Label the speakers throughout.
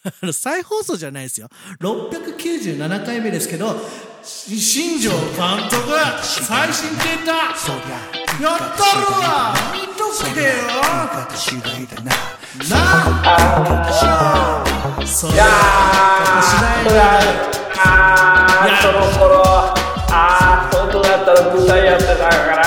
Speaker 1: 再放送じゃないですよ。697回目ですけど、新庄監督最新データやったるわ、見とけよなあ。それ
Speaker 2: その頃本当だったら舞台やってたから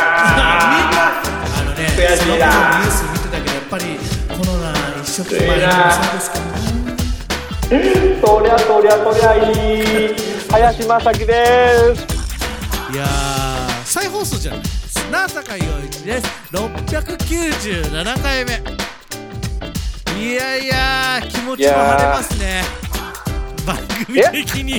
Speaker 2: 悔しいな。
Speaker 1: その頃ニュース見てたけど、やっぱりコロナ一色前にもそうですけどね。
Speaker 2: そりゃいい林正樹です。
Speaker 1: いやー、再放送じゃないですな。坂井陽一です。697回目。いや気持ちも晴れますね、番組的に。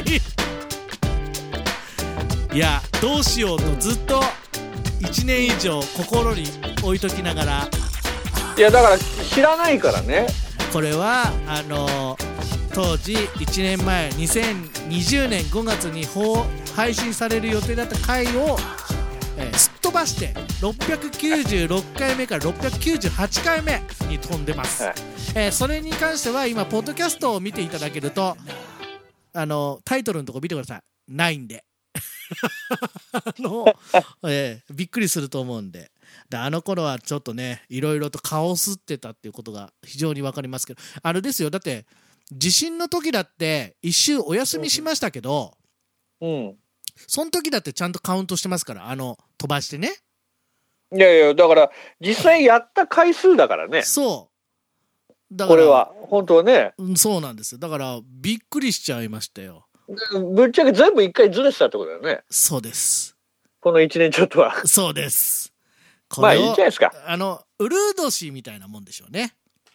Speaker 1: いや、どうしようとずっと1年以上心に置いときながら。
Speaker 2: いやだから知らないからね。
Speaker 1: これは当時1年前2020年5月に配信される予定だった回を、すっ飛ばして696回目から698回目に飛んでます、それに関しては今ポッドキャストを見ていただけるとタイトルのとこ見てください。ないんでびっくりすると思うんで。あの頃はちょっとね、いろいろと顔を吸ってたっていうことが非常に分かりますけど、ですよ、だって地震の時だって一周お休みしましたけど、その時だってちゃんとカウントしてますから、飛ばしてね。
Speaker 2: いやだから実際やった回数だからね。
Speaker 1: そうだから
Speaker 2: これは本当はね、
Speaker 1: そうなんですよ。だからびっくりしちゃいましたよ。
Speaker 2: ぶっちゃけ全部一回ずれてたってことだよね。
Speaker 1: そうです。こ
Speaker 2: の1年ちょっとは。
Speaker 1: そうです。
Speaker 2: まあいいじゃないですか。
Speaker 1: ウルー年みたいなもんでしょうね。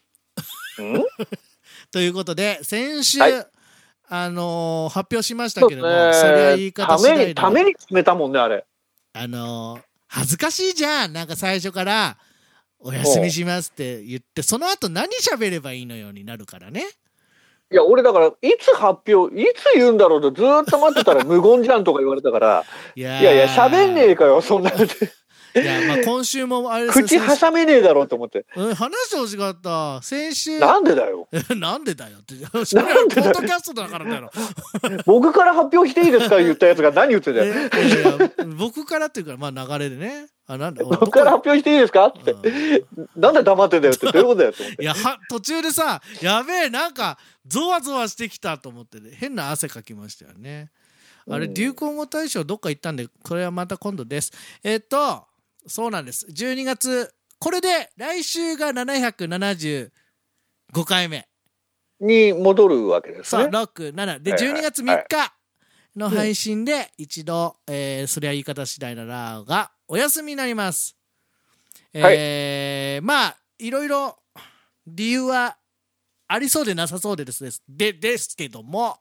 Speaker 1: ということで先週、発表しましたけれども、それは言い方次第だ。
Speaker 2: ために決めたもんね、あれ。
Speaker 1: 恥ずかしいじゃん。なんか最初からお休みしますって言って、その後何喋ればいいのようになるからね。
Speaker 2: いや俺だからいつ発表いつ言うんだろうとずっと待ってたら無言じゃんとか言われたからいや喋んねえかよそんなので。
Speaker 1: いやまあ今週もあれですよ、
Speaker 2: 口挟めねえだろうと思って、
Speaker 1: 話してほしかった。先週
Speaker 2: なんでだよ
Speaker 1: なんでだよってそれはポッドキャストだからだよ
Speaker 2: 僕から発表していいですか言ったやつが何言ってんだよ。
Speaker 1: 僕からっていうか、まあ流れでね、なんだ
Speaker 2: 僕から発表していいですかってなんで黙ってんだよってどういうことだよって思って。
Speaker 1: いや途中でさ、やべえなんかゾワゾワしてきたと思ってね、変な汗かきましたよね。あれ流行語大賞どっか行ったんで、これはまた今度です。そうなんです。12月、これで来週が775回目
Speaker 2: に戻るわけですね。
Speaker 1: そう、6、7で12月3日の配信で一度、そりゃ言い方次第ならがお休みになります。まあいろいろ理由はありそうでなさそうでですけども、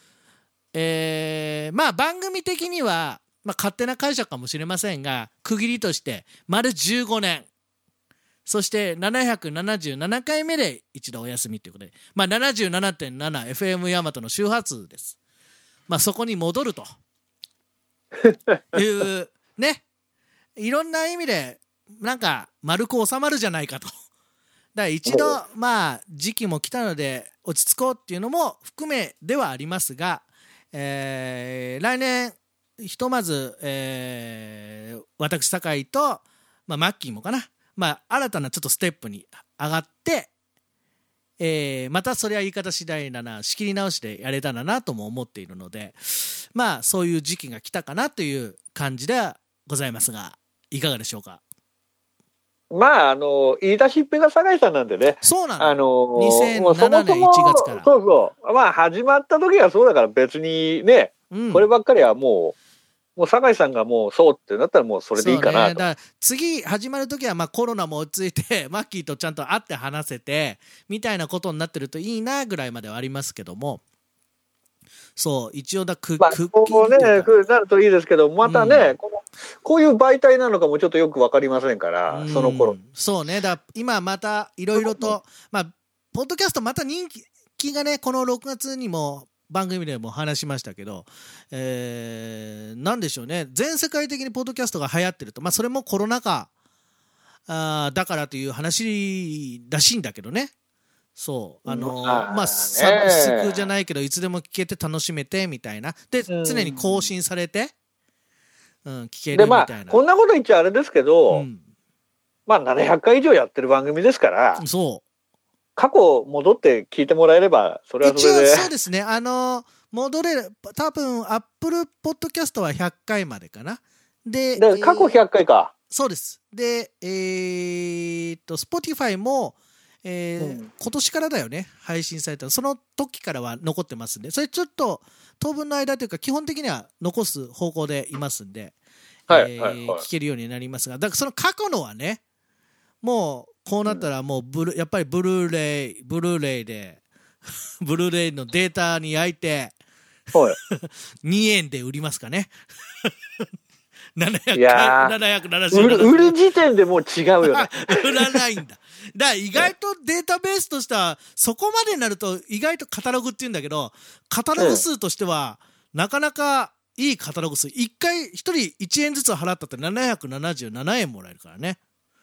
Speaker 1: まあ番組的にはまあ、勝手な解釈かもしれませんが、区切りとして丸15年、そして777回目で一度お休みということで、まあ、77.7FM ヤマトの周波数です。まあ、そこに戻るというね、いろんな意味でなんか丸く収まるじゃないかと。だから一度まあ時期も来たので落ち着こうっていうのも含めではありますが、来年ひとまず、私酒井と、まあ、マッキーもかな、まあ、新たなちょっとステップに上がって、またそれは言い方次第だな、仕切り直しでやれたらなとも思っているので、まあそういう時期が来たかなという感じではございますが、いかがでしょうか。
Speaker 2: まあ言い出しっぺが酒井さんなんでね。
Speaker 1: そうなの。2007年1月から。
Speaker 2: そうまあ始まった時はそうだから別にね、こればっかりはもう酒井さんがもうそうってなったらもうそれでいいかなと。
Speaker 1: だから次始まる時はまあコロナも落ち着いてマッキーとちゃんと会って話せてみたいなことになってるといいなぐらいまではありますけども、そう一応
Speaker 2: まあこうねなるといいですけど、またね、こういう媒体なのかもちょっとよく分かりませんから、その頃。
Speaker 1: そうね、だ今またいろいろとまあポッドキャストまた人気がね、この6月にも番組でも話しましたけど、なんでしょうね、全世界的にポッドキャストが流行ってると、まあそれもコロナ禍だからという話らしいんだけどね。 そうサブスクじゃないけどいつでも聞けて楽しめてみたいなで常に更新されて、聞けるみたいな。
Speaker 2: でこんなこと言っちゃあれですけど、700回以上やってる番組ですから、
Speaker 1: そう
Speaker 2: 過去戻って聞いてもらえればそれはそれで。
Speaker 1: 一応そうですね、戻れる、多分アップルポッドキャストは100回までかな。で
Speaker 2: 過去100回か。
Speaker 1: そうです。でSpotify も今年からだよね配信された。その時からは残ってますんで、それちょっと当分の間というか基本的には残す方向でいますんで、聞けるようになりますが、だからその過去のはね、もうこうなったらもうやっぱりブルーレイでブルーレイのデータに焼いて2円で売りますかね。770
Speaker 2: 売る時点でもう違うよね。
Speaker 1: 売らないんだ。だから意外とデータベースとしてはそこまでになると意外とカタログっていうんだけど、カタログ数としてはなかなかいいカタログ数。1回1人1円ずつ払ったって777円もらえるからね。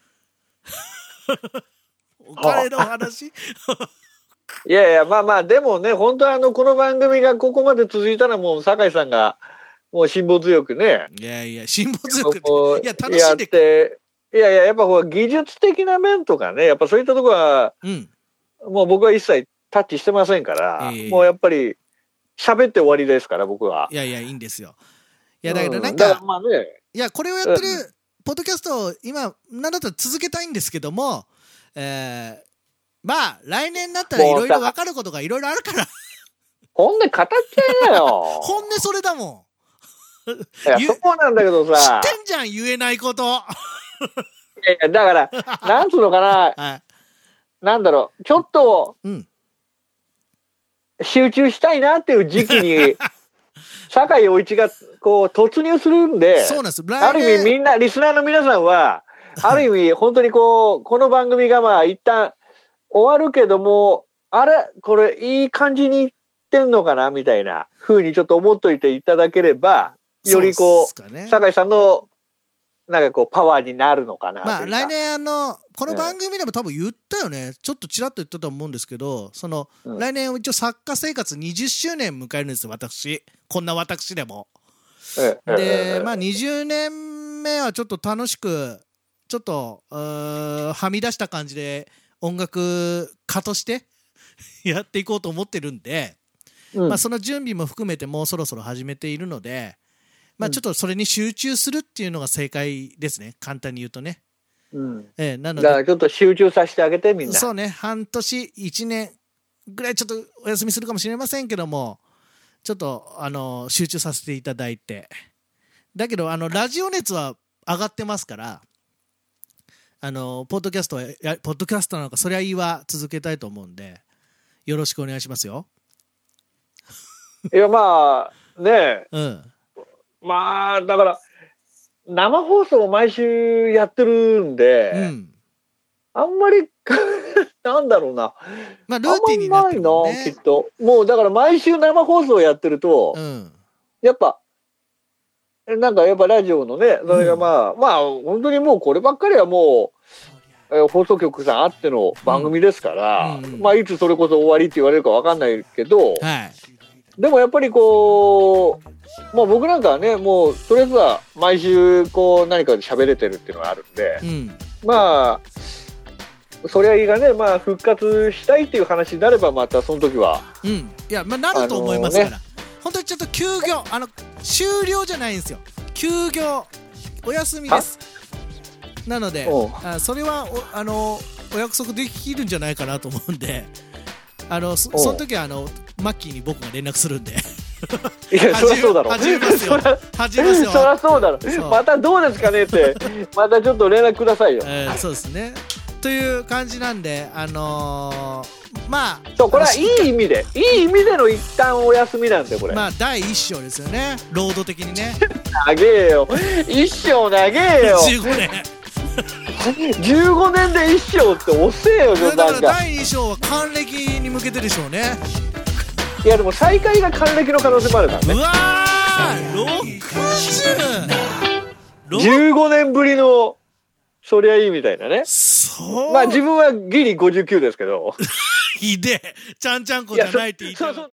Speaker 1: お金の話。
Speaker 2: いやでもね、本当この番組がここまで続いたらもう酒井さんがもう辛抱強くね。
Speaker 1: いや辛抱強くって楽しんで
Speaker 2: て、やっぱ技術的な面とかね、やっぱそういったところは、もう僕は一切タッチしてませんから、もうやっぱり喋って終わりですから僕は。
Speaker 1: いいんですよ。だけどなんか、これをやってるポッドキャストを今なんだったら続けたいんですけども、来年になったらいろいろ分かることがいろいろあるから。
Speaker 2: 本音語っちゃいなよ。
Speaker 1: 本音それだもん。
Speaker 2: そうなんだけどさ。
Speaker 1: 知ってんじゃん、言えないこと。
Speaker 2: だから、なんつうのかな、なんだろう、ちょっと、集中したいなっていう時期に、酒井陽一がこう突入するんで、
Speaker 1: そうなんです。
Speaker 2: ある意味みんな、リスナーの皆さんは、ある意味本当にこの番組が一旦終わるけども、あれこれいい感じにいってんのかなみたいな風にちょっと思っといていただければ、より酒井さんのなんかパワーになるのかな。
Speaker 1: 来年この番組でも多分言ったよね。ちょっとちらっと言ったと思うんですけど、来年一応作家生活20周年迎えるんですよ、私。こんな私でも。で、20年目はちょっと楽しく、ちょっとはみ出した感じで音楽家としてやっていこうと思ってるんで、その準備も含めてもうそろそろ始めているので、ちょっとそれに集中するっていうのが正解ですね、簡単に言うとね。なので
Speaker 2: だからちょっと集中させてあげて、みんな。
Speaker 1: そうね、半年1年ぐらいちょっとお休みするかもしれませんけども、ちょっと集中させていただいて、だけどラジオ熱は上がってますから、ポッドキャストなのかそりゃいいわ続けたいと思うんで、よろしくお願いしますよ。
Speaker 2: いやねえ、だから生放送を毎週やってるんで、あんまりなんだろうな、
Speaker 1: ルーティンになってるもんね。
Speaker 2: きっともうだから毎週生放送やってると、やっぱなんかやっぱラジオのね、それが本当にもうこればっかりはもう、放送局さんあっての番組ですから、いつそれこそ終わりって言われるかわかんないけど、でもやっぱり僕なんかはね、もうとりあえずは毎週何かで喋れてるっていうのがあるんで、それがね、復活したいっていう話になればまたその時は、
Speaker 1: いやなると思いますから、本当にちょっと休業終了じゃないんですよ、休業お休みです。なのでそれはお約束できるんじゃないかなと思うんで、その時はマッキーに僕が連絡するんで
Speaker 2: いや、そりゃそうだろ。
Speaker 1: 始めますよ。
Speaker 2: そりゃそうだろ。またどうですかねってまたちょっと連絡くださいよ。
Speaker 1: そうですね、という感じなんで、
Speaker 2: そうこれはいい意味での一旦お休みなんで、これ
Speaker 1: 第一章ですよね、ロード的にね。
Speaker 2: 長えよ、一章長えよ。
Speaker 1: 15年
Speaker 2: 15年で一章って遅えよ。
Speaker 1: だから第2章は還暦に向けてでしょうね。
Speaker 2: いやでも再開が還暦の可能性もあるからね。
Speaker 1: うわー、
Speaker 2: 15年ぶりのそりゃいいみたいなね。
Speaker 1: そう、
Speaker 2: 自分はギリ59ですけど
Speaker 1: ひでえ、ちゃんちゃんこじゃないって言いたがって。